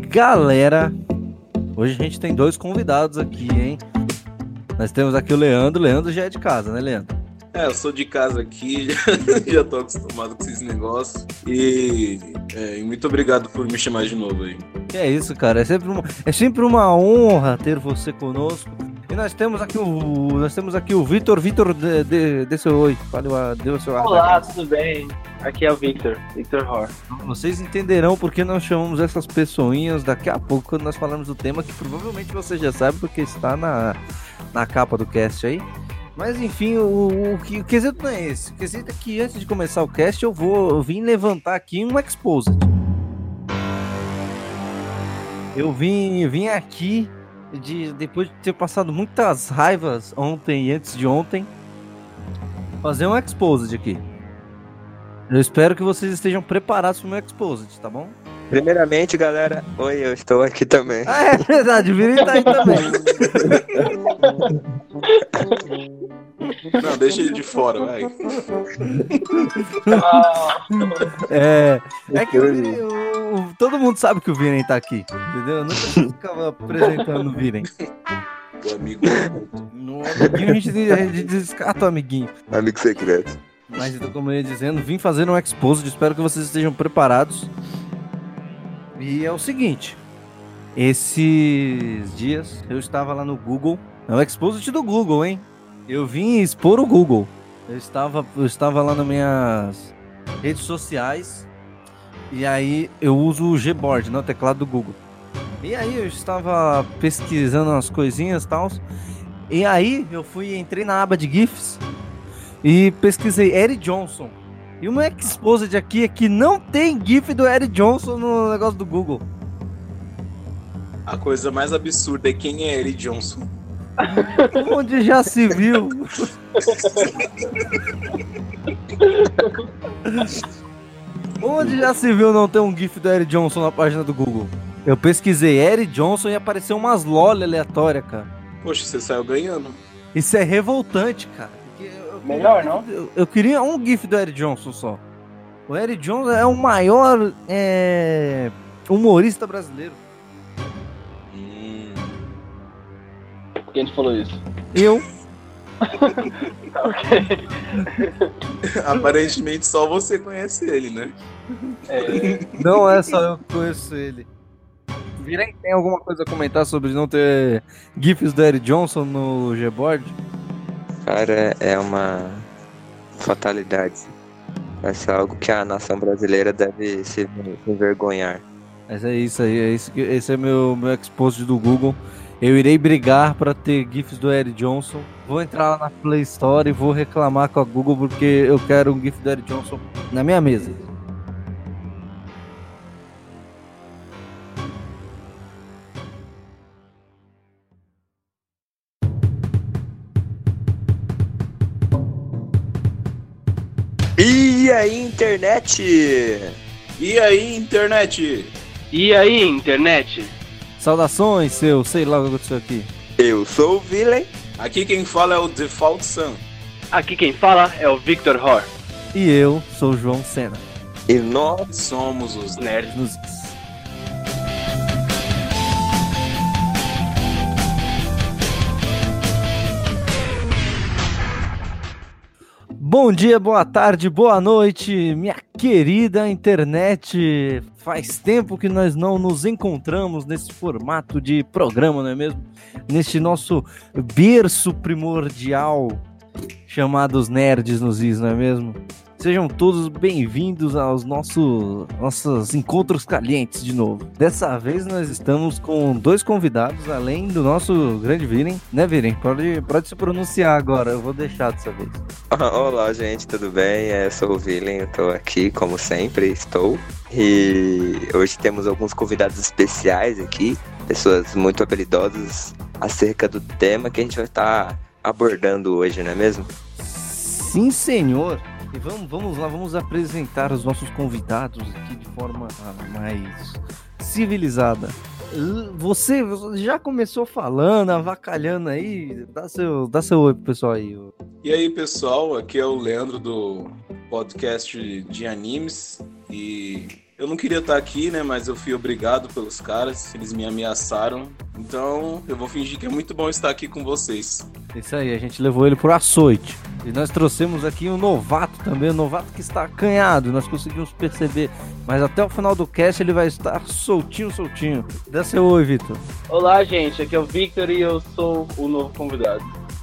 Galera, hoje a gente tem dois convidados aqui, hein? Nós temos aqui o Leandro. Leandro já é de casa, né, Leandro? Eu sou de casa aqui, já tô acostumado com esses negócios. E muito obrigado por me chamar de novo aí. Que é isso, cara. É sempre uma honra ter você conosco. E nós temos aqui o Vitor. Vitor, dê seu oi. Dê o seu ar. Olá, tudo bem? Aqui é o Victor Hor. Vocês entenderão por que nós chamamos essas pessoinhas daqui a pouco, quando nós falamos do tema, que provavelmente você já sabe, porque está na capa do cast aí. Mas enfim, o quesito não é esse. O quesito é que antes de começar o cast, eu vim levantar aqui um exposed. Eu vim aqui, depois de ter passado muitas raivas ontem e antes de ontem, fazer um exposed aqui. Eu espero que vocês estejam preparados para o meu exposed, tá bom? Primeiramente, galera, oi, eu estou aqui também. Ah, é verdade, o Vini tá aí também. Não, deixa ele de fora, vai. É que o Vini, todo mundo sabe que o Vini tá aqui, entendeu? Eu nunca ficava apresentando o Vini. O amigo. No amiguinho a gente descarta o amiguinho. Amigo secreto. Mas então, como eu ia dizendo, vim fazer um exposed, espero que vocês estejam preparados. E é o seguinte, esses dias eu estava lá no Google, é o exposed do Google, hein? Eu vim expor o Google. Eu estava lá nas minhas redes sociais e aí eu uso o Gboard, né, o teclado do Google. E aí eu estava pesquisando umas coisinhas e tal. E aí eu entrei na aba de GIFs e pesquisei Eric Johnson. E o meu exposed aqui é que não tem GIF do Eric Johnson no negócio do Google. A coisa mais absurda é quem é Eric Johnson. Onde já se viu? Onde já se viu não ter um GIF do Eric Johnson na página do Google? Eu pesquisei Eric Johnson e apareceu umas LOL aleatórias, cara. Poxa, você saiu ganhando. Isso é revoltante, cara. Melhor, não? Eu queria um GIF do Eric Johnson só. O Eric Johnson é o maior humorista brasileiro. Quem te falou isso? Eu. Ok. Aparentemente só você conhece ele, né? Não é só eu que conheço ele. Virem, tem alguma coisa a comentar sobre não ter GIFs do Eric Johnson no Gboard? Cara, é uma fatalidade. Vai ser algo que a nação brasileira deve se envergonhar. Mas é isso aí, esse é meu exposit do Google. Eu irei brigar para ter GIFs do Eric Johnson. Vou entrar lá na Play Store e vou reclamar com a Google porque eu quero um GIF do Eric Johnson na minha mesa. E aí, internet? E aí, internet? E aí, internet? Saudações, sei lá o que aconteceu aqui. Eu sou o Villain. Aqui quem fala é o Default Sun. Aqui quem fala é o Victor Hor. E eu sou o João Senna. E nós Somos os nerds. Nos... Bom dia, boa tarde, boa noite, minha querida internet. Faz tempo que nós não nos encontramos nesse formato de programa, não é mesmo? Neste nosso berço primordial chamado os Nerds nos Is, não é mesmo? Sejam todos bem-vindos aos nossos encontros calientes de novo. Dessa vez nós estamos com dois convidados, além do nosso grande Viren. Né, Viren? Pode se pronunciar agora, eu vou deixar dessa vez. Olá, gente, tudo bem? Eu sou o Villain, eu tô aqui, como sempre, estou. E hoje temos alguns convidados especiais aqui, pessoas muito habilidosas acerca do tema que a gente vai estar abordando hoje, não é mesmo? Sim, senhor! E vamos lá, vamos apresentar os nossos convidados aqui de forma mais civilizada. Você já começou falando, avacalhando aí, dá seu oi pro pessoal aí. E aí, pessoal, aqui é o Leandro do podcast de animes e Eu não queria estar aqui, né? Mas eu fui obrigado pelos caras, eles me ameaçaram. Então eu vou fingir que é muito bom estar aqui com vocês. Isso aí, a gente levou ele pro açoite. E nós trouxemos aqui um novato também, um novato que está acanhado, nós conseguimos perceber. Mas até o final do cast ele vai estar soltinho. Dá seu oi, Vitor. Olá, gente. Aqui é o Victor e eu sou o novo convidado.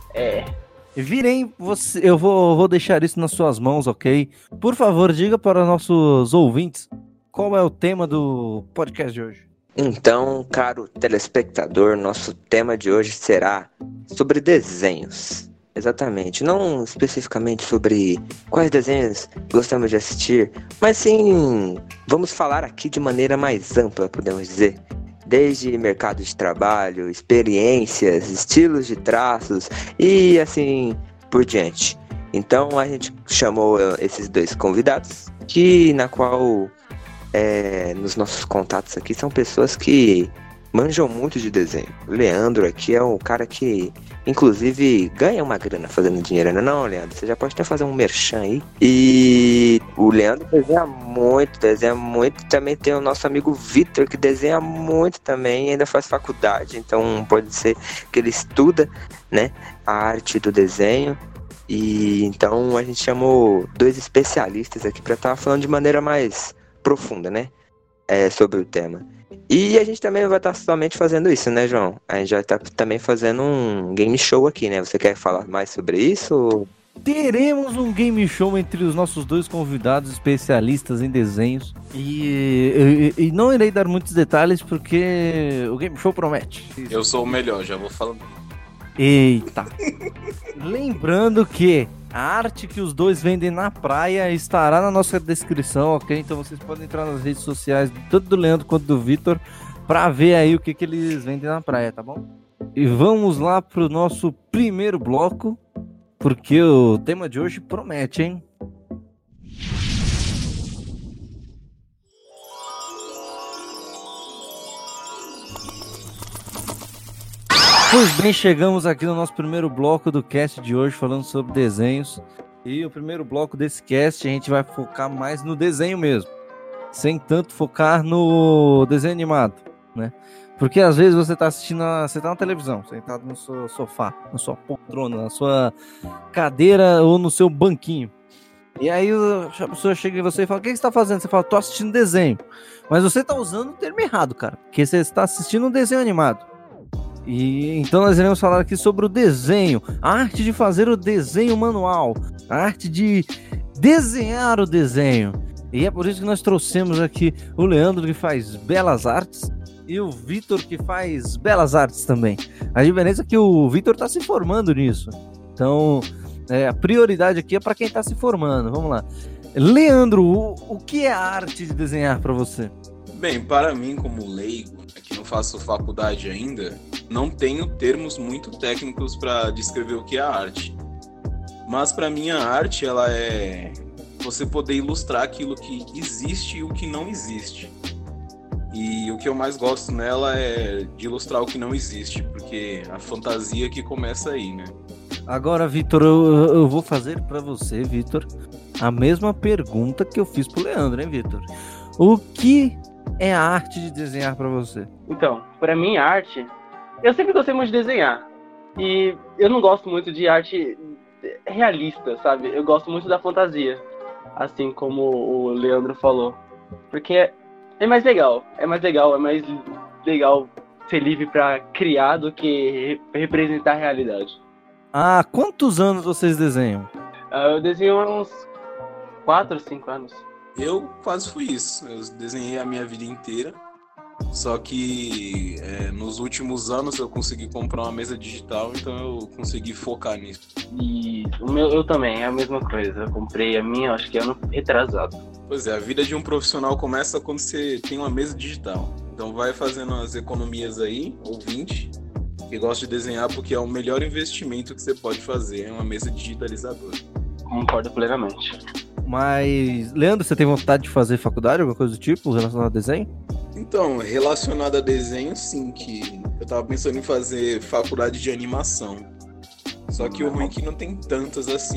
Virem, eu vou deixar isso nas suas mãos, ok? Por favor, diga para nossos ouvintes qual é o tema do podcast de hoje. Então, caro telespectador, nosso tema de hoje será sobre desenhos. Exatamente, não especificamente sobre quais desenhos gostamos de assistir, mas sim, vamos falar aqui de maneira mais ampla, podemos dizer. Desde mercado de trabalho, experiências, estilos de traços e assim por diante. Então a gente chamou esses dois convidados, na qual nos nossos contatos aqui são pessoas que manjam muito de desenho. O Leandro aqui é um cara que, inclusive, ganha uma grana fazendo dinheiro, não, Leandro? Você já pode até fazer um merchan aí. E o Leandro desenha muito. Também tem o nosso amigo Vitor, que desenha muito também e ainda faz faculdade. Então pode ser que ele estuda, né, a arte do desenho. E então a gente chamou dois especialistas aqui para estar falando de maneira mais profunda, né, sobre o tema. E a gente também vai estar somente fazendo isso, né, João? A gente já está também fazendo um game show aqui, né? Você quer falar mais sobre isso? Teremos um game show entre os nossos dois convidados especialistas em desenhos. E não irei dar muitos detalhes porque o game show promete. Eu sou o melhor, já vou falando. Eita! Lembrando que a arte que os dois vendem na praia estará na nossa descrição, ok? Então vocês podem entrar nas redes sociais, tanto do Leandro quanto do Vitor, pra ver aí o que eles vendem na praia, tá bom? E vamos lá pro nosso primeiro bloco, porque o tema de hoje promete, hein? Pois bem, chegamos aqui no nosso primeiro bloco do cast de hoje, falando sobre desenhos. E o primeiro bloco desse cast a gente vai focar mais no desenho mesmo, sem tanto focar no desenho animado, né? Porque às vezes você tá assistindo, você tá na televisão, sentado no seu sofá, na sua poltrona, na sua cadeira ou no seu banquinho. E aí a pessoa chega em você e fala: o que você tá fazendo? Você fala: tô assistindo desenho. Mas você tá usando o termo errado, cara, porque você está assistindo um desenho animado. E então nós iremos falar aqui sobre o desenho, a arte de fazer o desenho manual, a arte de desenhar o desenho. E é por isso que nós trouxemos aqui o Leandro, que faz belas artes, e o Vitor, que faz belas artes também. A diferença é que o Vitor está se formando nisso. Então, a prioridade aqui é para quem está se formando. Vamos lá. Leandro, o que é a arte de desenhar para você? Bem, para mim, como leigo, que não faço faculdade ainda, não tenho termos muito técnicos para descrever o que é a arte. Mas para mim a arte, ela é você poder ilustrar aquilo que existe e o que não existe. E o que eu mais gosto nela é de ilustrar o que não existe, porque a fantasia que começa aí, né? Agora, Vitor, eu vou fazer para você, Vitor, a mesma pergunta que eu fiz pro Leandro, hein, Vitor? O que é a arte de desenhar para você? Então, para mim, arte... Eu sempre gostei muito de desenhar. E eu não gosto muito de arte realista, sabe? Eu gosto muito da fantasia. Assim como o Leandro falou. Porque é mais legal. É mais legal ser livre para criar do que representar a realidade. Há quantos anos vocês desenham? Eu desenho há uns 4 ou 5 anos. Eu quase fui isso. Eu desenhei a minha vida inteira. Só que nos últimos anos eu consegui comprar uma mesa digital, então eu consegui focar nisso. E eu também, é a mesma coisa. Eu comprei a minha, acho que ano retrasado. Pois é, a vida de um profissional começa quando você tem uma mesa digital. Então vai fazendo as economias aí, ouvinte, que gosta de desenhar, porque é o melhor investimento que você pode fazer, é uma mesa digitalizadora. Concordo plenamente. Mas, Leandro, você tem vontade de fazer faculdade, alguma coisa do tipo, relacionado a desenho? Então, relacionado a desenho, sim, que eu tava pensando em fazer faculdade de animação. Só que o ruim é que não tem tantas assim.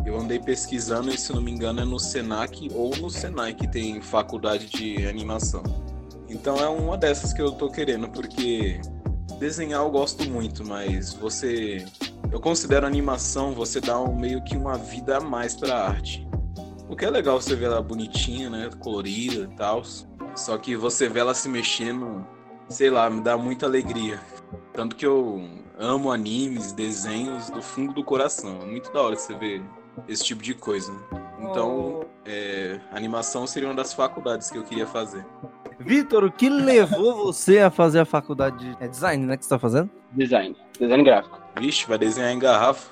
Eu andei pesquisando e, se não me engano, é no Senac ou no Senai que tem faculdade de animação. Então é uma dessas que eu tô querendo, porque desenhar eu gosto muito, mas eu considero animação, você dá meio que uma vida a mais pra arte. O que é legal você ver ela bonitinha, né, colorida e tal, só que você vê ela se mexendo, sei lá, me dá muita alegria. Tanto que eu amo animes, desenhos do fundo do coração. É muito da hora você ver esse tipo de coisa. Então, animação seria uma das faculdades que eu queria fazer. Vitor, o que levou você a fazer a faculdade de design, né, que você tá fazendo? Design gráfico. Vixe, vai desenhar em garrafa.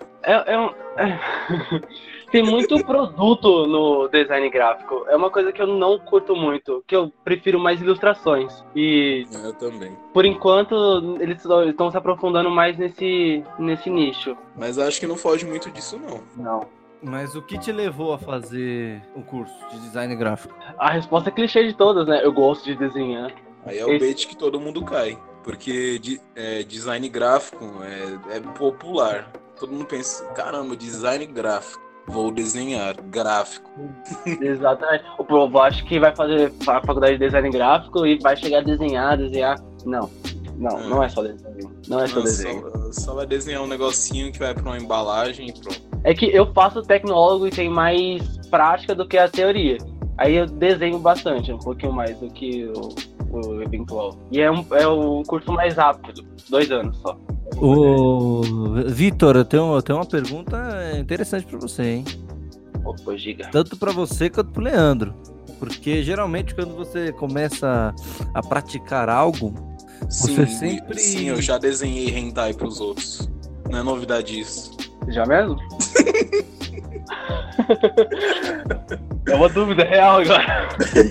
Tem muito produto no design gráfico. É uma coisa que eu não curto muito, que eu prefiro mais ilustrações. E Eu também. por enquanto eles estão se aprofundando mais nesse nicho. Mas acho que não foge muito disso, não. Não. Mas o que te levou a fazer o curso de design gráfico? A resposta é clichê de todas, né? Eu gosto de desenhar. Aí é o bait que todo mundo cai. Porque design gráfico é popular. Todo mundo pensa, caramba, design gráfico. Vou desenhar gráfico. Exatamente. O povo acha que vai fazer a faculdade de design gráfico e vai chegar a desenhar. Não é só desenho. Não é só desenho. Só vai desenhar um negocinho que vai pra uma embalagem e pronto. É que eu faço tecnólogo e tem mais prática do que a teoria. Aí eu desenho bastante, um pouquinho mais do que o eventual. E é um curso mais rápido, 2 anos só. Ô, Vitor, eu tenho uma pergunta interessante pra você, hein? Opa, giga. Tanto pra você quanto pro Leandro. Porque geralmente quando você começa a praticar algo, você sempre... Sim, eu já desenhei hentai pros outros. Não é novidade isso. Já mesmo? É uma dúvida real agora.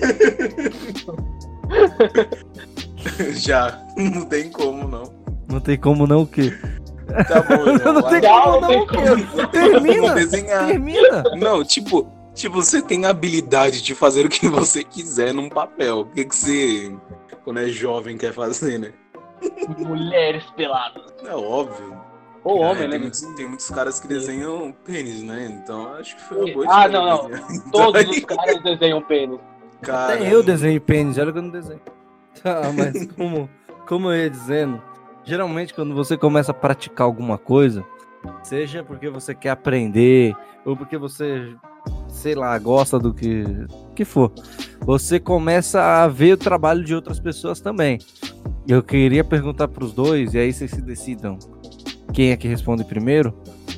Já, não tem como não. Não tem como não o quê? Tá bom, então. Não tem como não o quê? Termina! Desenhar. Termina! Não, tipo, você tem a habilidade de fazer o que você quiser num papel. O que você, quando é jovem, quer fazer, né? Mulheres peladas. É óbvio. Ou homem, né? Tem muitos caras que desenham pênis, né? Então acho que foi uma boa Ah, ideia não. desenhar. Todos os caras desenham pênis. Cara, Até eu desenho pênis, olha que eu não desenho. Tá, mas como eu ia dizendo, geralmente quando você começa a praticar alguma coisa, seja porque você quer aprender, ou porque você, sei lá, gosta do que for, você começa a ver o trabalho de outras pessoas também. Eu queria perguntar para os dois, e aí vocês se decidam quem é que responde primeiro,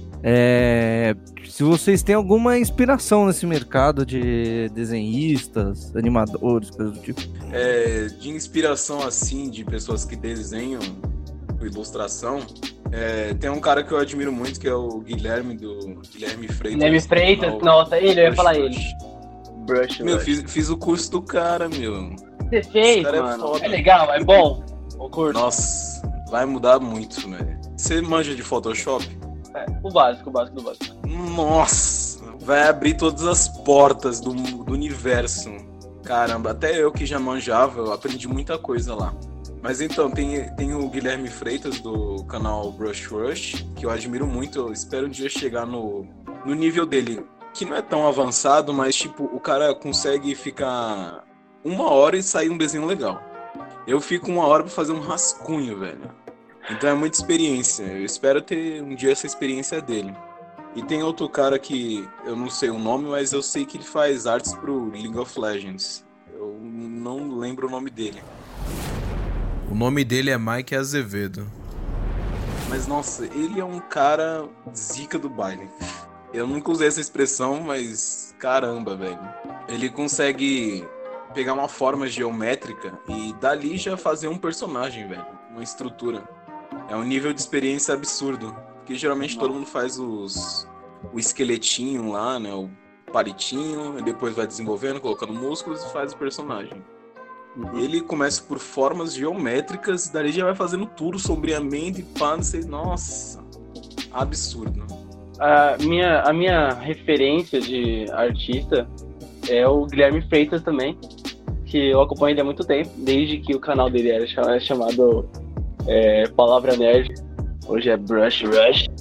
se vocês têm alguma inspiração nesse mercado de desenhistas, animadores, coisas do tipo. De inspiração assim, de pessoas que desenham ilustração, tem um cara que eu admiro muito, que é o Guilherme Freitas. Guilherme Freitas, nossa, eu ia falar ele. Brush. Meu, fiz o curso do cara, meu. Você fez, mano? É legal, é bom o curso. Nossa, vai mudar muito, velho. Você manja de Photoshop? O básico do básico. Nossa, vai abrir todas as portas do universo. Caramba, até eu que já manjava, eu aprendi muita coisa lá. Mas então, tem o Guilherme Freitas do canal Brush Rush, que eu admiro muito, eu espero um dia chegar no nível dele, que não é tão avançado, mas tipo, o cara consegue ficar 1 hora e sair um desenho legal. Eu fico 1 hora pra fazer um rascunho, velho. Então é muita experiência. Eu espero ter um dia essa experiência dele. E tem outro cara que eu não sei o nome, mas eu sei que ele faz artes pro League of Legends. Eu não lembro o nome dele. O nome dele é Mike Azevedo. Mas nossa, ele é um cara zica do baile. Eu nunca usei essa expressão, mas caramba, velho. Ele consegue pegar uma forma geométrica e dali já fazer um personagem, velho. Uma estrutura. É um nível de experiência absurdo. Porque geralmente todo mundo faz o esqueletinho lá, né? O palitinho, e depois vai desenvolvendo, colocando músculos e faz o personagem. Ele começa por formas geométricas, dali já vai fazendo tudo sombriamente, pá, não sei, nossa, absurdo. A minha referência de artista é o Guilherme Freitas também, que eu acompanho ele há muito tempo, desde que o canal dele era chamado Palavra Nerd, hoje é Brush Rush.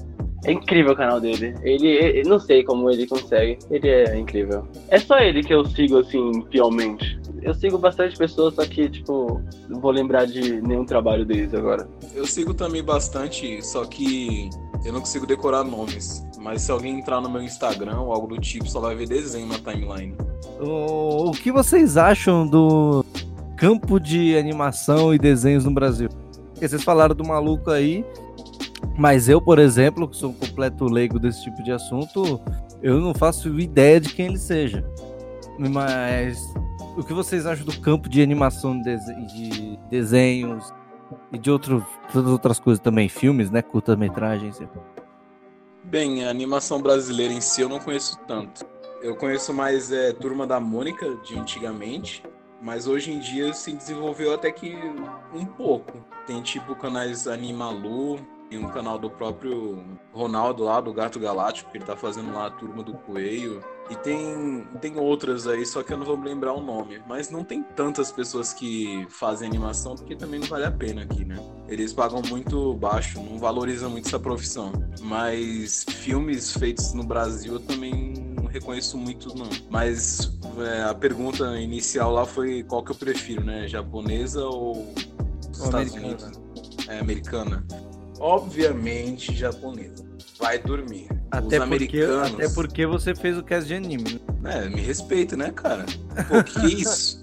É incrível o canal dele. Ele não sei como ele consegue. Ele é incrível. É só ele que eu sigo, assim, fielmente. Eu sigo bastante pessoas, só que, tipo, não vou lembrar de nenhum trabalho deles agora. Eu sigo também bastante, só que eu não consigo decorar nomes. Mas se alguém entrar no meu Instagram ou algo do tipo, só vai ver desenho na timeline. O que vocês acham do campo de animação e desenhos no Brasil? Porque vocês falaram do maluco aí, mas eu, por exemplo, que sou um completo leigo desse tipo de assunto, eu não faço ideia de quem ele seja. Mas o que vocês acham do campo de animação de desenhos e de todas outras coisas também, filmes, né, curta-metragens? Bem, a animação brasileira em si eu não conheço tanto. Eu conheço mais Turma da Mônica, de antigamente, mas hoje em dia se desenvolveu até que um pouco. Tem tipo canais Animalu, tem um canal do próprio Ronaldo lá, do Gato Galáctico, que ele tá fazendo lá a Turma do Coelho. E tem outras aí, só que eu não vou me lembrar o nome. Mas não tem tantas pessoas que fazem animação, porque também não vale a pena aqui, né? Eles pagam muito baixo, não valorizam muito essa profissão. Mas filmes feitos no Brasil eu também não reconheço muito, não. Mas a pergunta inicial lá foi qual que eu prefiro, né? Japonesa ou Estados Unidos? Americana. Obviamente japonesa. Vai dormir. Até porque você fez o cast de anime, né? Me respeita, né, cara? Pô, que isso?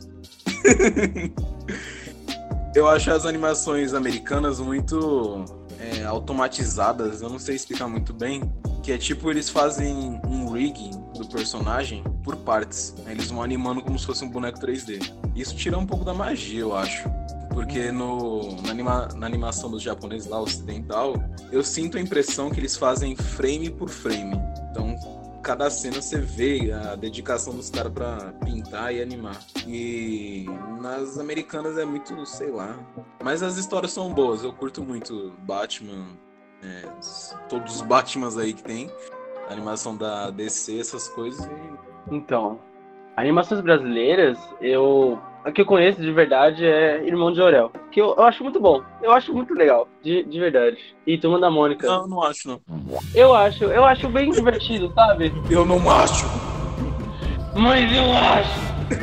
Eu acho as animações americanas muito automatizadas, eu não sei explicar muito bem, que é tipo, eles fazem um rigging do personagem por partes, eles vão animando como se fosse um boneco 3D. Isso tira um pouco da magia, eu acho. Porque na animação dos japoneses lá, ocidental, eu sinto a impressão que eles fazem frame por frame. Então, cada cena você vê a dedicação dos caras pra pintar e animar. E nas americanas é muito, sei lá. Mas as histórias são boas. Eu curto muito Batman, todos os Batmans aí que tem. A animação da DC, essas coisas. Então, animações brasileiras, a que eu conheço de verdade é Irmão de Jorel, que eu acho muito bom, eu acho muito legal, de verdade. E Turma da Mônica. Não acho, não. Eu acho bem divertido, sabe? Eu não acho. Mas eu acho.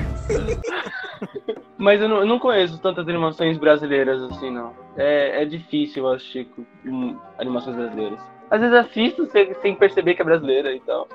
Mas eu não conheço tantas animações brasileiras assim, não. É difícil eu assistir animações brasileiras. Às vezes assisto sem perceber que é brasileira e tal.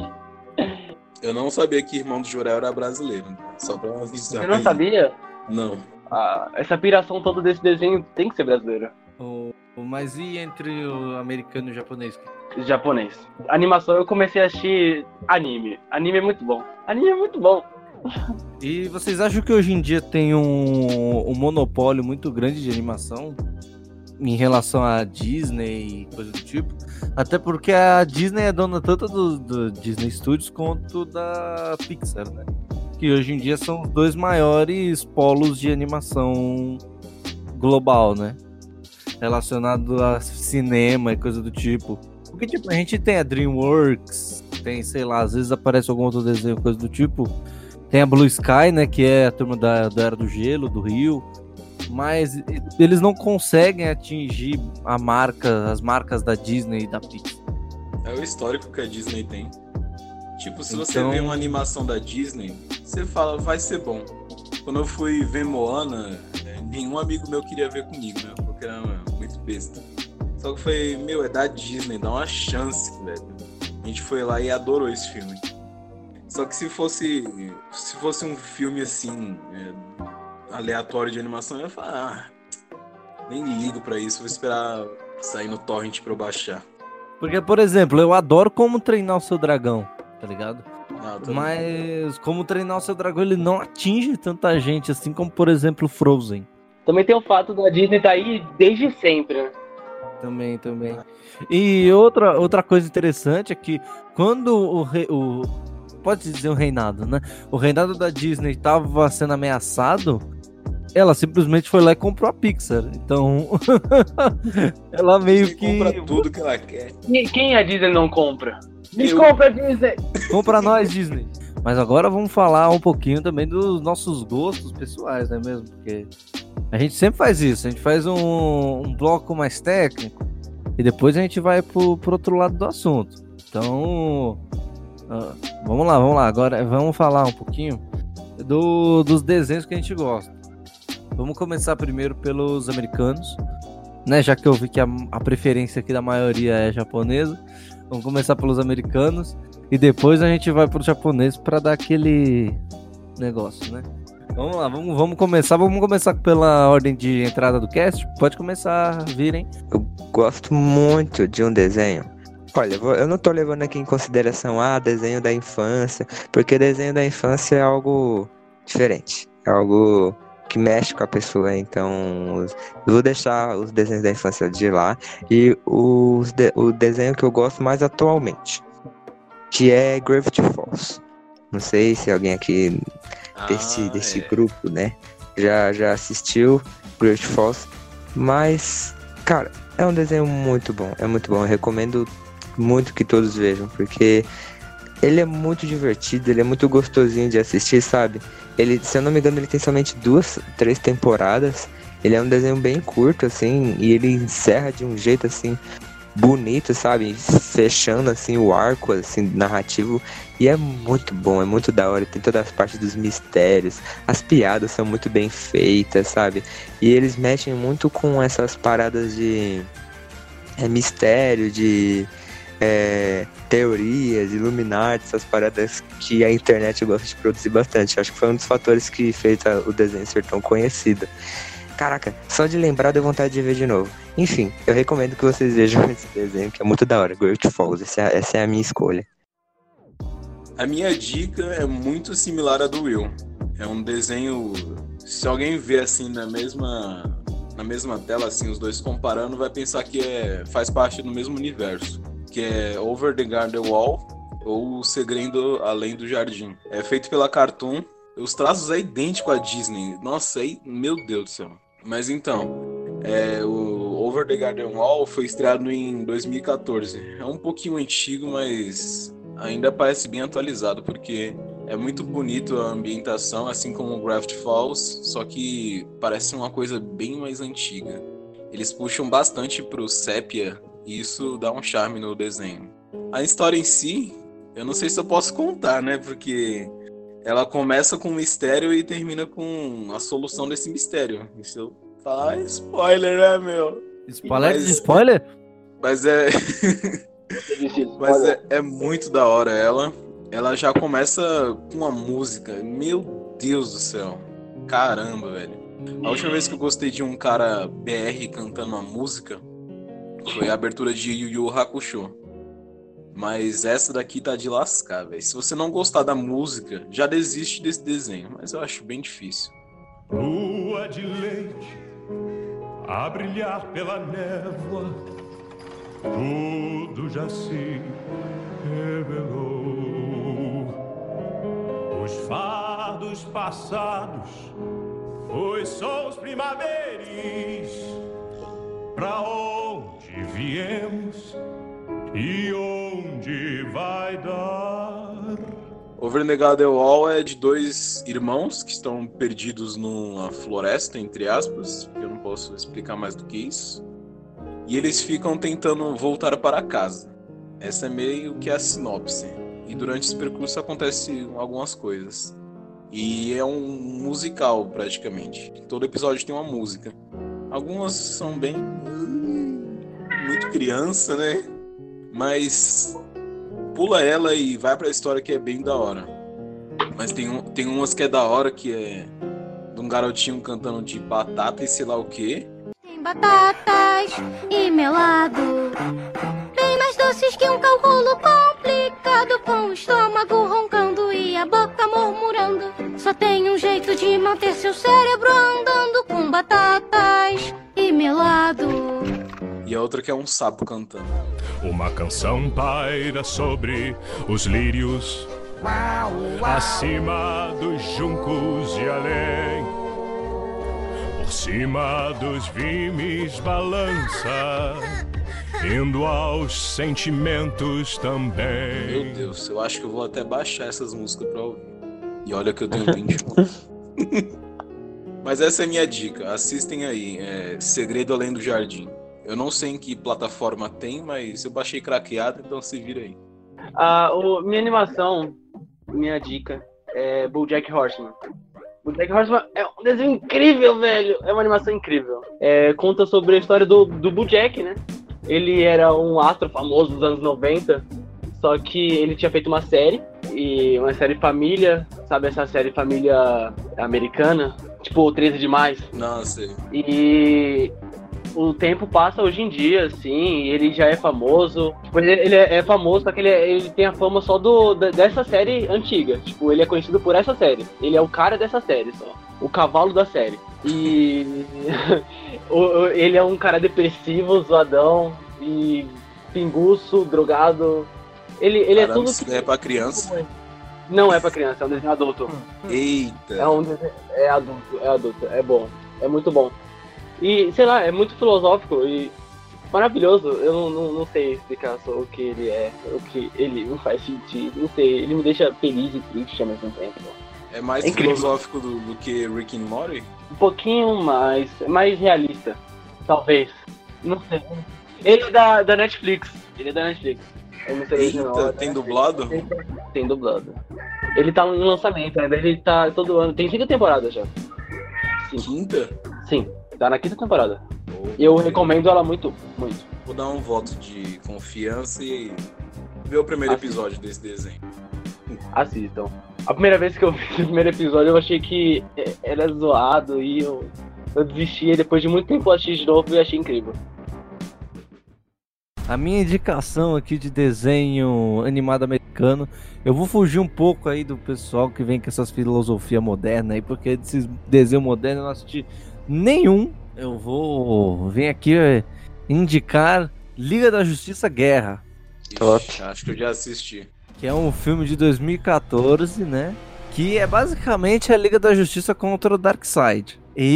Eu não sabia que Irmão do Jorel era brasileiro. Só pra avisar. Você não sabia? Não. Essa piração toda desse desenho tem que ser brasileira. Mas e entre o americano e o japonês? Japonês. Animação, eu comecei a assistir anime. Anime é muito bom. Anime é muito bom. E vocês acham que hoje em dia tem um monopólio muito grande de animação em relação à Disney e coisa do tipo? Até porque a Disney é dona tanto do Disney Studios quanto da Pixar, né? Que hoje em dia são os dois maiores polos de animação global, né? Relacionado a cinema e coisa do tipo. Porque, tipo, a gente tem a DreamWorks, tem, sei lá, às vezes aparece algum outro desenho, coisa do tipo. Tem a Blue Sky, né? Que é a turma da Era do Gelo, do Rio. Mas eles não conseguem atingir as marcas da Disney e da Pixar. É o histórico que a Disney tem. Tipo, se você vê uma animação da Disney, você fala, vai ser bom. Quando eu fui ver Moana, nenhum amigo meu queria ver comigo, né? Porque era muito besta. Só que foi, é da Disney, dá uma chance, velho. A gente foi lá e adorou esse filme. Só que se fosse um filme assim, aleatório de animação, eu ia falar, nem ligo pra isso, vou esperar sair no torrent pra eu baixar. Porque, por exemplo, eu adoro Como Treinar o Seu Dragão, tá ligado? Mas Como Treinar o Seu Dragão, ele não atinge tanta gente assim como, por exemplo, Frozen. Também tem o fato da Disney tá aí desde sempre, né? Também. E outra coisa interessante é que quando pode dizer o reinado, né? O reinado da Disney estava sendo ameaçado, ela simplesmente foi lá e comprou a Pixar. Então, ela meio que compra tudo que ela quer. Quem a Disney não compra? Compra, Disney! Compra nós, Disney! Mas agora vamos falar um pouquinho também dos nossos gostos pessoais, não é mesmo? Porque a gente sempre faz isso, a gente faz um bloco mais técnico e depois a gente vai pro outro lado do assunto. Então, vamos lá. Agora vamos falar um pouquinho dos desenhos que a gente gosta. Vamos começar primeiro pelos americanos, né? Já que eu vi que a preferência aqui da maioria é japonesa. Vamos começar pelos americanos e depois a gente vai pro japonês para dar aquele negócio, né? Vamos lá, vamos começar pela ordem de entrada do cast. Pode começar, virem. Eu gosto muito de um desenho. Olha, eu não tô levando aqui em consideração desenho da infância, porque desenho da infância é algo diferente, é algo que mexe com a pessoa, então eu vou deixar os desenhos da infância de lá e o desenho que eu gosto mais atualmente, que é Gravity Falls. Não sei se alguém aqui desse grupo, né, já assistiu Gravity Falls, mas, cara, é um desenho muito bom, eu recomendo muito que todos vejam, porque ele é muito divertido, ele é muito gostosinho de assistir, sabe? Ele, se eu não me engano, ele tem somente 2-3 temporadas. Ele é um desenho bem curto, assim, e ele encerra de um jeito, assim, bonito, sabe? Fechando, assim, o arco, assim, narrativo. E é muito bom, é muito da hora. Tem todas as partes dos mistérios. As piadas são muito bem feitas, sabe? E eles mexem muito com essas paradas de mistério, de teorias, Illuminati, essas paradas que a internet gosta de produzir bastante. Acho que foi um dos fatores que fez o desenho ser tão conhecido. Caraca, só de lembrar deu vontade de ver de novo. Enfim, eu recomendo que vocês vejam esse desenho, que é muito da hora, Gravity Falls. Essa é a minha escolha. A minha dica é muito similar à do Will. É um desenho, se alguém vê assim na mesma tela, assim, os dois comparando, vai pensar que faz parte do mesmo universo, que é Over the Garden Wall ou O Segredo Além do Jardim. É feito pela Cartoon. Os traços é idêntico à Disney. Nossa, meu Deus do céu. Mas então, o Over the Garden Wall foi estreado em 2014. É um pouquinho antigo, mas ainda parece bem atualizado, porque é muito bonito a ambientação, assim como o Gravity Falls, só que parece uma coisa bem mais antiga. Eles puxam bastante pro sépia, e isso dá um charme no desenho. A história em si, eu não sei se eu posso contar, né? Porque ela começa com um mistério e termina com a solução desse mistério. E se eu falar, spoiler, né, meu? Spoiler? Mas é muito da hora ela. Ela já começa com uma música. Meu Deus do céu. Caramba, velho. A última vez que eu gostei de um cara BR cantando uma música foi a abertura de Yu Yu Hakusho. Mas essa daqui tá de lascar, velho. Se você não gostar da música, já desiste desse desenho. Mas eu acho bem difícil. Lua de leite a brilhar pela névoa, tudo já se revelou. Os fardos passados foi só os primaveris. Pra onde viemos e onde vai dar? Over the Garden Wall é de dois irmãos que estão perdidos numa floresta, entre aspas, eu não posso explicar mais do que isso. E eles ficam tentando voltar para casa. Essa é meio que a sinopse. E durante esse percurso acontecem algumas coisas. E é um musical, praticamente. Todo episódio tem uma música. Algumas são bem... muito criança, né? Mas pula ela e vai pra história, que é bem da hora. Mas tem umas que é da hora, que é de um garotinho cantando de batata e sei lá o quê. Tem batatas e melado, bem mais doces que um cálculo complicado, com o estômago roncando e a boca murmurando. Só tem um jeito de manter seu cérebro andando, com batatas e melado. E a outra que é um sapo cantando. Uma canção paira sobre os lírios, acima dos juncos e além, por cima dos vimes balança, indo aos sentimentos também. Meu Deus, eu acho que eu vou até baixar essas músicas pra ouvir. E olha que eu tenho 21. Mas essa é a minha dica, assistem aí, Segredo Além do Jardim. Eu não sei em que plataforma tem, mas eu baixei craqueado, então se vira aí. Minha animação, minha dica, é BoJack Horseman. BoJack Horseman é um desenho incrível, velho. É uma animação incrível. Conta sobre a história do BoJack, né? Ele era um astro famoso dos anos 90, só que ele tinha feito uma série, e uma série família, sabe essa série família americana? Tipo, 13 Demais. Não, sei. E o tempo passa hoje em dia, assim, e ele já é famoso. Tipo, ele é famoso, só que ele tem a fama só dessa série antiga. Tipo, ele é conhecido por essa série. Ele é o cara dessa série só. O cavalo da série. E ele é um cara depressivo, zoadão, e pinguço, drogado. Ele Caramba, é tudo... isso é pra criança? Não é pra criança, é um desenho adulto. Eita! É adulto, é bom. É muito bom. E, sei lá, é muito filosófico e maravilhoso. Eu não sei explicar só o que ele é, o que ele não faz sentido. Não sei, ele me deixa feliz e triste ao mesmo tempo. É mais incrível. filosófico do que Rick and Morty? Um pouquinho mais realista, talvez. Não sei. Ele é da Netflix. É uma série original, Eita, tem dublado? Tem dublado. Ele tá em lançamento, ainda ele tá todo ano. Tem 5 temporadas já. Quinta? Sim, tá na 5ª temporada. Eu recomendo ela muito, muito. Vou dar um voto de confiança e ver o primeiro episódio desse desenho. Assistam. A primeira vez que eu vi o primeiro episódio, eu achei que era zoado e eu desisti. E depois de muito tempo eu assisti de novo e achei incrível. A minha indicação aqui de desenho animado americano, eu vou fugir um pouco aí do pessoal que vem com essas filosofias modernas aí, porque desses desenhos modernos eu não assisti nenhum. Eu vou vir aqui indicar Liga da Justiça Guerra. Ixi, acho que eu já assisti. Que é um filme de 2014, né? Que é basicamente a Liga da Justiça contra o Darkseid.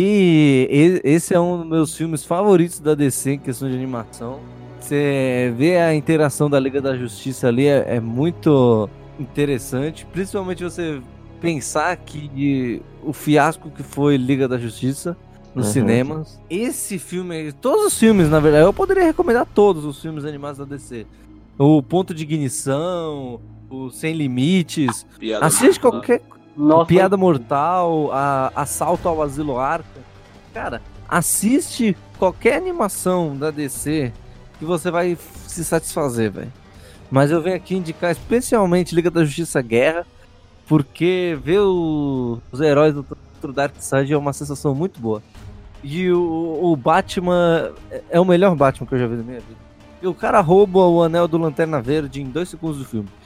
E esse é um dos meus filmes favoritos da DC em questão de animação. Você vê a interação da Liga da Justiça ali, é muito interessante. Principalmente você pensar que o fiasco que foi Liga da Justiça nos cinemas. Esse filme, todos os filmes, na verdade, eu poderia recomendar todos os filmes animados da DC. O Ponto de Ignição, o Sem Limites. Assiste qualquer... Nossa, Piada Mortal, Assalto ao Asilo Arkham. Cara, assiste qualquer animação da DC que você vai se satisfazer, velho. Mas eu venho aqui indicar especialmente Liga da Justiça Guerra, porque ver os heróis do Darkseid é uma sensação muito boa. E o Batman é o melhor Batman que eu já vi na minha vida. E o cara rouba o anel do Lanterna Verde em 2 segundos do filme.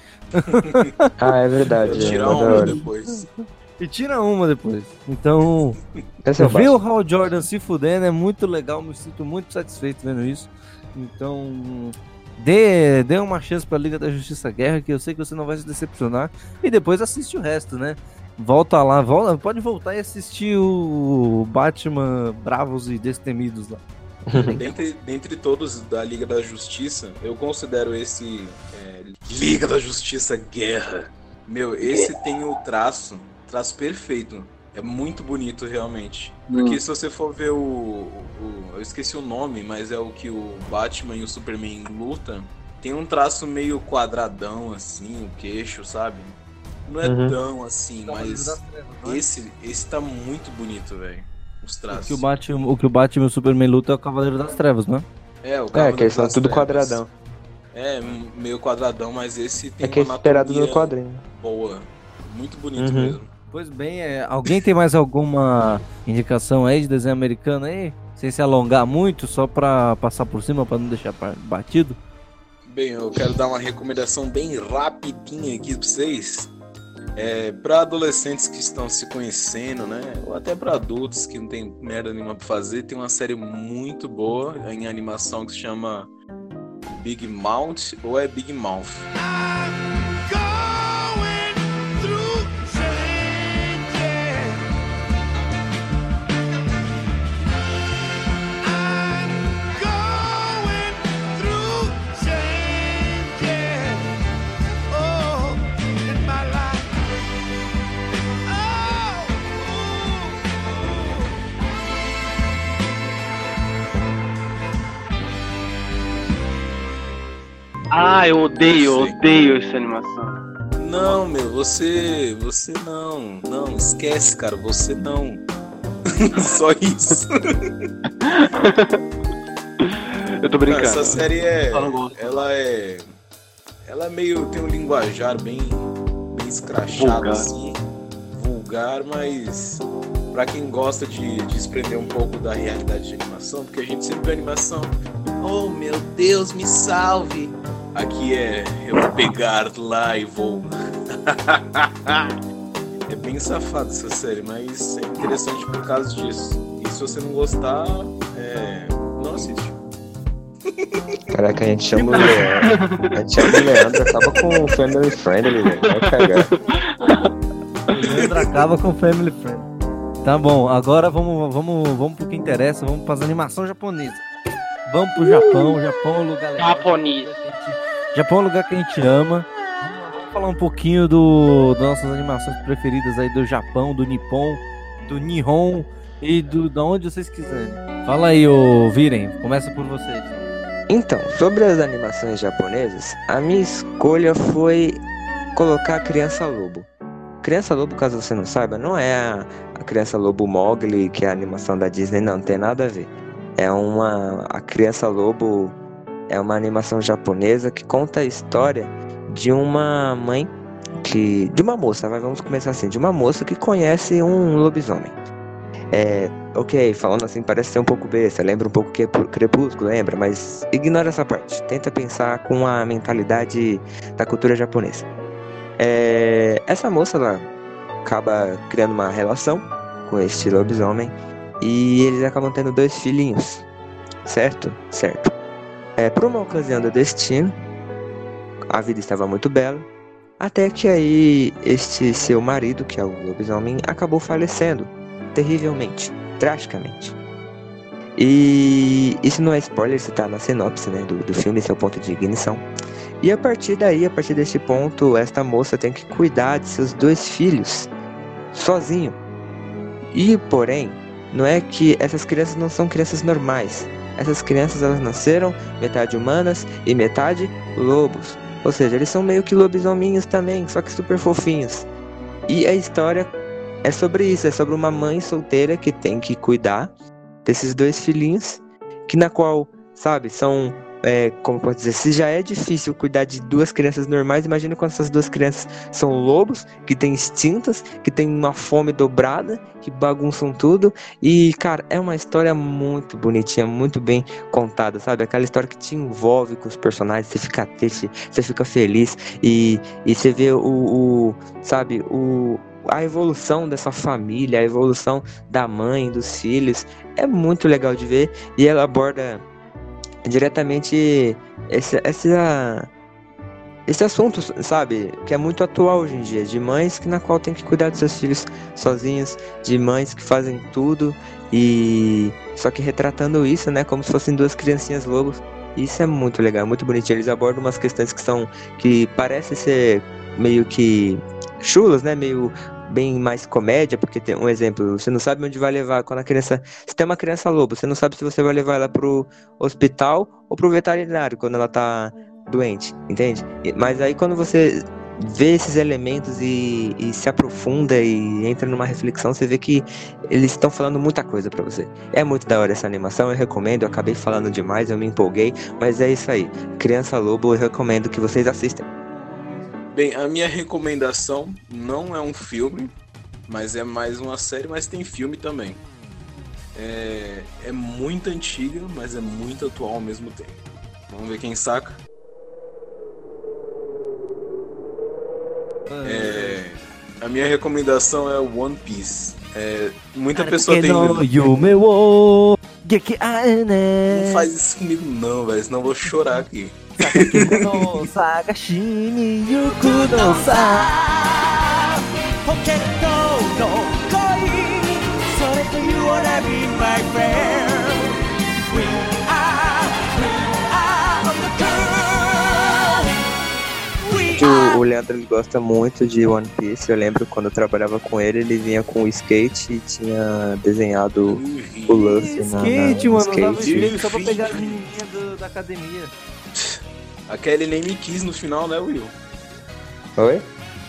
É verdade. Tirar uma depois. E tira uma depois. Então, Esse é o ver o Batman. Hal Jordan se fudendo é muito legal, me sinto muito satisfeito vendo isso. Então, dê uma chance pra Liga da Justiça Guerra, que eu sei que você não vai se decepcionar. E depois assiste o resto, né? Volta lá, pode voltar e assistir o Batman Bravos e Destemidos lá. Dentre todos da Liga da Justiça, eu considero esse Liga da Justiça Guerra. Meu, esse tem o traço perfeito. É muito bonito, realmente. Porque se você for ver eu esqueci o nome, mas é o que o Batman e o Superman lutam. Tem um traço meio quadradão, assim, o queixo, sabe? Não é tão assim, mas esse tá muito bonito, velho. Os traços. O que o Batman e o Superman lutam é o Cavaleiro das Trevas, né? O Cavaleiro que eles são das tudo Trevas. quadradão. Meio quadradão, mas esse tem Que é uma esperado no anatomia quadrinho. boa. Muito bonito mesmo. Pois bem, alguém tem mais alguma indicação aí de desenho americano aí? Sem se alongar muito, só pra passar por cima, pra não deixar batido? Bem, eu quero dar uma recomendação bem rapidinha aqui pra vocês. Pra adolescentes que estão se conhecendo, né? Ou até pra adultos que não tem merda nenhuma pra fazer, tem uma série muito boa em animação que se chama Big Mouth ou Big Mouth. Ah, eu odeio essa animação. Não, meu, você não. Não, esquece, cara, você não. Só isso. Eu tô brincando. Essa série Só não gosto. ela é meio, tem um linguajar bem escrachado, Vulgar. assim, vulgar, mas pra quem gosta de desprender um pouco da realidade de animação, porque a gente sempre vê animação, oh meu Deus, me salve. Aqui eu vou pegar lá e vou. É bem safado essa série, mas é interessante por causa disso. E se você não gostar, não assiste. Caraca, a gente chama o Leandro. A gente chama o Leandro, acaba com o Family Friendly, velho. Vai cagar. O Leandro acaba com Family Friend. Tá bom, agora vamos pro que interessa, vamos pras animações japonesas. Vamos pro Japão, o Japão é um lugar legal. Japonês. Japão é um lugar que a gente ama. Vamos falar um pouquinho das nossas animações preferidas aí do Japão, do Nippon, do Nihon e da onde vocês quiserem. Fala aí, ô Viren, começa por vocês. Então, sobre as animações japonesas, a minha escolha foi colocar a Criança Lobo. Criança Lobo, caso você não saiba, não é a Criança Lobo Mowgli, que é a animação da Disney, não tem nada a ver. A Criança Lobo é uma animação japonesa que conta a história de uma mãe de uma moça, vamos começar assim, de uma moça que conhece um lobisomem. Ok, falando assim parece ser um pouco besta, lembra um pouco que é Crepúsculo, lembra, mas ignora essa parte, tenta pensar com a mentalidade da cultura japonesa. Essa moça, ela acaba criando uma relação com este lobisomem e eles acabam tendo 2 filhinhos, certo? Certo. Por uma ocasião do destino, a vida estava muito bela, até que aí este seu marido, que é o lobisomem, acabou falecendo terrivelmente, drasticamente. E isso não é spoiler, isso tá na sinopse, né, do filme, esse é o ponto de ignição. E a partir deste ponto, esta moça tem que cuidar de seus 2 filhos, sozinho. E, porém, não é que essas crianças não são crianças normais. Essas crianças, elas nasceram metade humanas e metade lobos. Ou seja, eles são meio que lobisominhos também, só que super fofinhos. E a história é sobre isso, é sobre uma mãe solteira que tem que cuidar desses 2 filhinhos, que na qual, sabe, são, como pode dizer, se já é difícil cuidar de 2 crianças normais, imagina quando essas 2 crianças são lobos, que têm instintos, que têm uma fome dobrada, que bagunçam tudo, e, cara, é uma história muito bonitinha, muito bem contada, sabe, aquela história que te envolve com os personagens, você fica triste, você fica feliz, e você vê a evolução dessa família, a evolução da mãe, dos filhos, é muito legal de ver, e ela aborda diretamente esse assunto, sabe, que é muito atual hoje em dia, de mães na qual tem que cuidar dos seus filhos sozinhos, de mães que fazem tudo, e só que retratando isso, né, como se fossem 2 criancinhas lobos. Isso é muito legal, muito bonitinho. Eles abordam umas questões que parecem ser meio que chulas, né, meio bem mais comédia, porque tem um exemplo, você não sabe onde vai levar quando você tem uma criança lobo, você não sabe se você vai levar ela pro hospital ou pro veterinário quando ela tá doente, entende? Mas aí quando você vê esses elementos e se aprofunda e entra numa reflexão, você vê que eles estão falando muita coisa pra você. É muito da hora essa animação, eu recomendo, eu acabei falando demais, eu me empolguei, mas é isso aí, Criança Lobo, eu recomendo que vocês assistam. Bem, a minha recomendação não é um filme, mas é mais uma série, mas tem filme também. É muito antiga, mas é muito atual ao mesmo tempo. Vamos ver quem saca. A minha recomendação é One Piece. Muita pessoa tem medo. Não faz isso comigo não, velho, senão eu vou chorar aqui. O Leandro, ele gosta muito de One Piece. Eu lembro quando eu trabalhava com ele, ele vinha com o skate e tinha desenhado o Luffy skate, mano, skate. ele só pra pegar as menininhas da academia. A Kelly nem me quis no final, né, Will? Oi?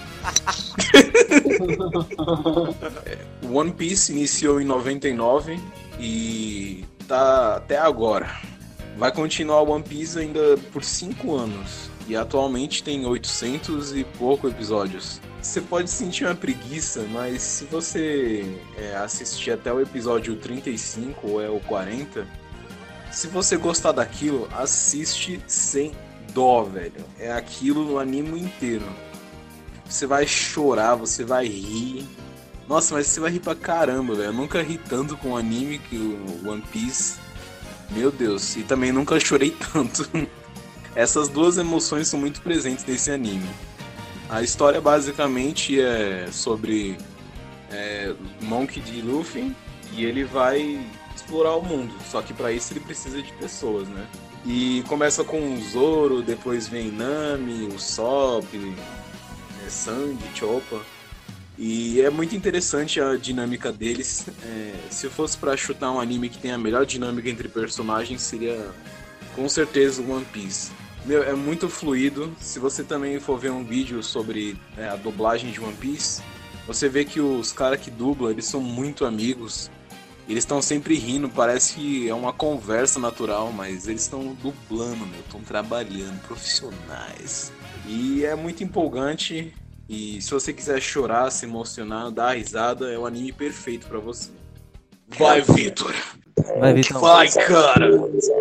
One Piece iniciou em 99 e tá até agora. Vai continuar One Piece ainda por 5 anos. E atualmente tem 800 e pouco episódios. Você pode sentir uma preguiça, mas se você assistir até o episódio 35 ou o 40, se você gostar daquilo, assiste sem dó, velho. É aquilo no anime inteiro. Você vai chorar, você vai rir. Nossa, mas você vai rir pra caramba, velho. Eu nunca ri tanto com um anime que o One Piece. Meu Deus, e também nunca chorei tanto. Essas duas emoções são muito presentes nesse anime. A história basicamente é sobre Monkey D. Luffy e ele vai explorar o mundo. Só que pra isso ele precisa de pessoas, né? E começa com o Zoro, depois vem Nami, o Sop, Sandy, Choppa. E é muito interessante a dinâmica deles. Se eu fosse pra chutar um anime que tem a melhor dinâmica entre personagens, seria com certeza o One Piece. Meu, é muito fluido. Se você também for ver um vídeo sobre a dublagem de One Piece, você vê que os caras que dublam, eles são muito amigos. Eles estão sempre rindo, parece que é uma conversa natural, mas eles estão dublando, estão trabalhando, profissionais. E é muito empolgante. E se você quiser chorar, se emocionar, dar risada, é o anime perfeito pra você. Vai, Vitor! Vai, Vitor. Vai, cara!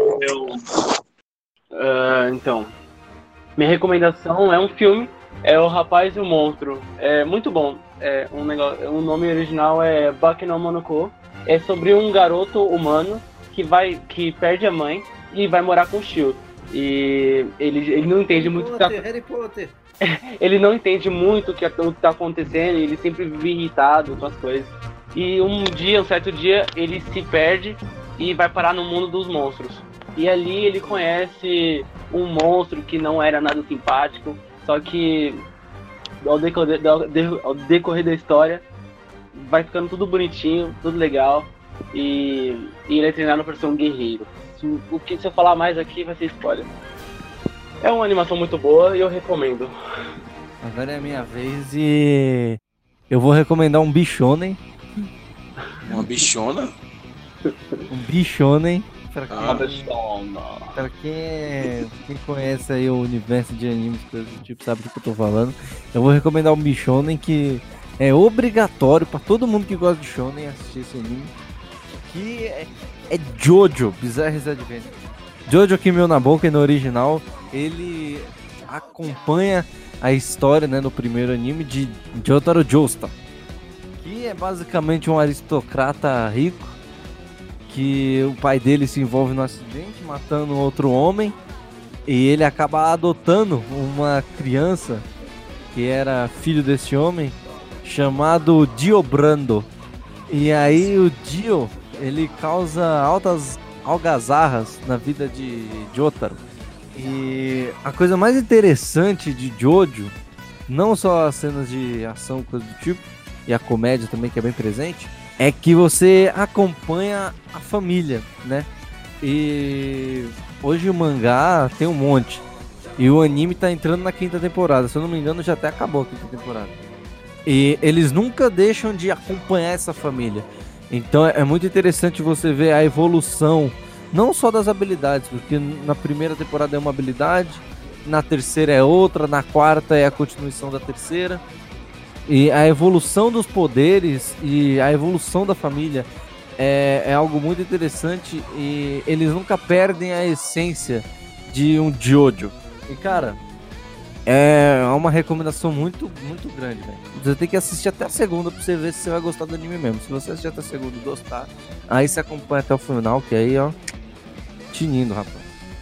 Então, minha recomendação é um filme, é O Rapaz e o Monstro. É muito bom. O nome original é Baki no Monoko. É sobre um garoto humano que perde a mãe e vai morar com o tio. E ele não entende muito Harry Potter. Ele não entende muito o que tá acontecendo, ele sempre vive irritado com as coisas. E um certo dia, ele se perde e vai parar no mundo dos monstros. E ali ele conhece um monstro que não era nada simpático, só que ao decorrer da história vai ficando tudo bonitinho, tudo legal. E ele é treinado para ser um guerreiro. Se eu falar mais aqui vai ser spoiler. É uma animação muito boa e eu recomendo. Agora é a minha vez e eu vou recomendar um bichonen. Uma bichona? Um bichonen. Pra quem conhece aí o universo de animes, coisas do tipo, sabe do que eu tô falando. Eu vou recomendar um bichonen que é obrigatório pra todo mundo que gosta de shonen assistir esse anime. Que é Jojo, Bizarre Adventure. Jojo Kimi na Boca, no original, ele acompanha a história, né, no primeiro anime de Jotaro Joestar, que é basicamente um aristocrata rico, que o pai dele se envolve no acidente, matando outro homem, e ele acaba adotando uma criança que era filho desse homem, chamado Dio Brando. E aí o Dio, ele causa altas algazarras na vida de Jotaro. E a coisa mais interessante de Jojo, não só as cenas de ação, coisa do tipo, e a comédia também, que é bem presente, é que você acompanha a família, né? E hoje o mangá tem um monte, e o anime tá entrando na 5ª temporada, se eu não me engano já até acabou a 5ª temporada. E eles nunca deixam de acompanhar essa família. Então é muito interessante você ver a evolução, não só das habilidades, porque na primeira temporada é uma habilidade, na terceira é outra, na quarta é a continuação da terceira. E a evolução dos poderes e a evolução da família é algo muito interessante, e eles nunca perdem a essência de um Jojo. E cara, é uma recomendação muito, muito grande, velho. Você tem que assistir até a segunda pra você ver se você vai gostar do anime mesmo. Se você assistir até a segunda e gostar, aí você acompanha até o final, que aí, ó, tinindo, rapaz.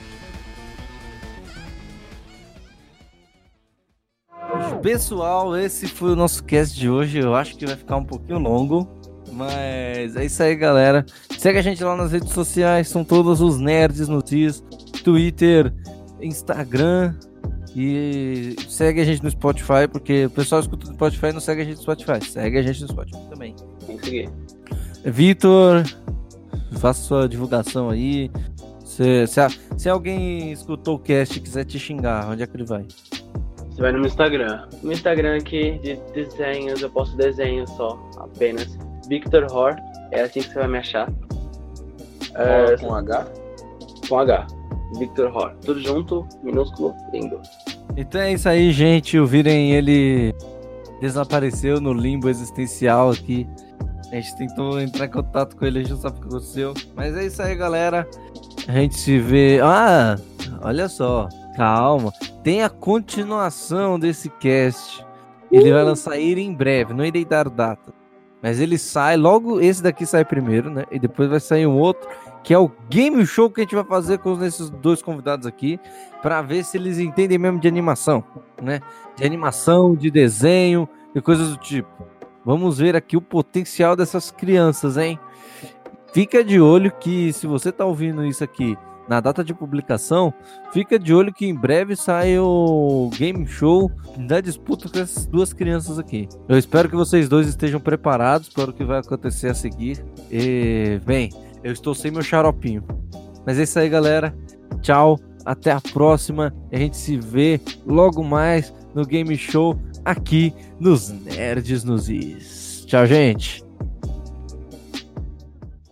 Pessoal, esse foi o nosso cast de hoje. Eu acho que vai ficar um pouquinho longo, mas é isso aí, galera. Segue a gente lá nas redes sociais, são todos os nerds notícias, Twitter, Instagram. E segue a gente no Spotify, porque o pessoal escuta no Spotify e não segue a gente no Spotify. Segue a gente no Spotify também. Tem que seguir. Vitor, faça sua divulgação aí, Se alguém escutou o cast e quiser te xingar, onde é que ele vai? Você vai no meu Instagram. No Instagram aqui de desenhos, eu posto desenhos só, apenas. Victor Hor, é assim que você vai me achar. Com H? Com H. Victor Hor. Tudo junto, minúsculo, lindo. Então é isso aí, gente. O Viren, ele desapareceu no limbo existencial aqui. A gente tentou entrar em contato com ele, a gente não sabe o que aconteceu. Mas é isso aí, galera. A gente se vê... Ah, olha só. Calma. Tem a continuação desse cast. Ele vai lançar em breve. Não irei dar data. Mas ele sai logo... Esse daqui sai primeiro, né? E depois vai sair um outro, que é o game show que a gente vai fazer com esses dois convidados aqui, para ver se eles entendem mesmo de animação, né? De animação, de desenho e coisas do tipo. Vamos ver aqui o potencial dessas crianças, hein? Fica de olho que, se você tá ouvindo isso aqui na data de publicação, fica de olho que em breve sai o game show da disputa com essas duas crianças aqui. Eu espero que vocês dois estejam preparados para o que vai acontecer a seguir. E, bem, eu estou sem meu xaropinho. Mas é isso aí, galera. Tchau, até a próxima. A gente se vê logo mais no game show aqui nos Nerds nos Is. Tchau, gente.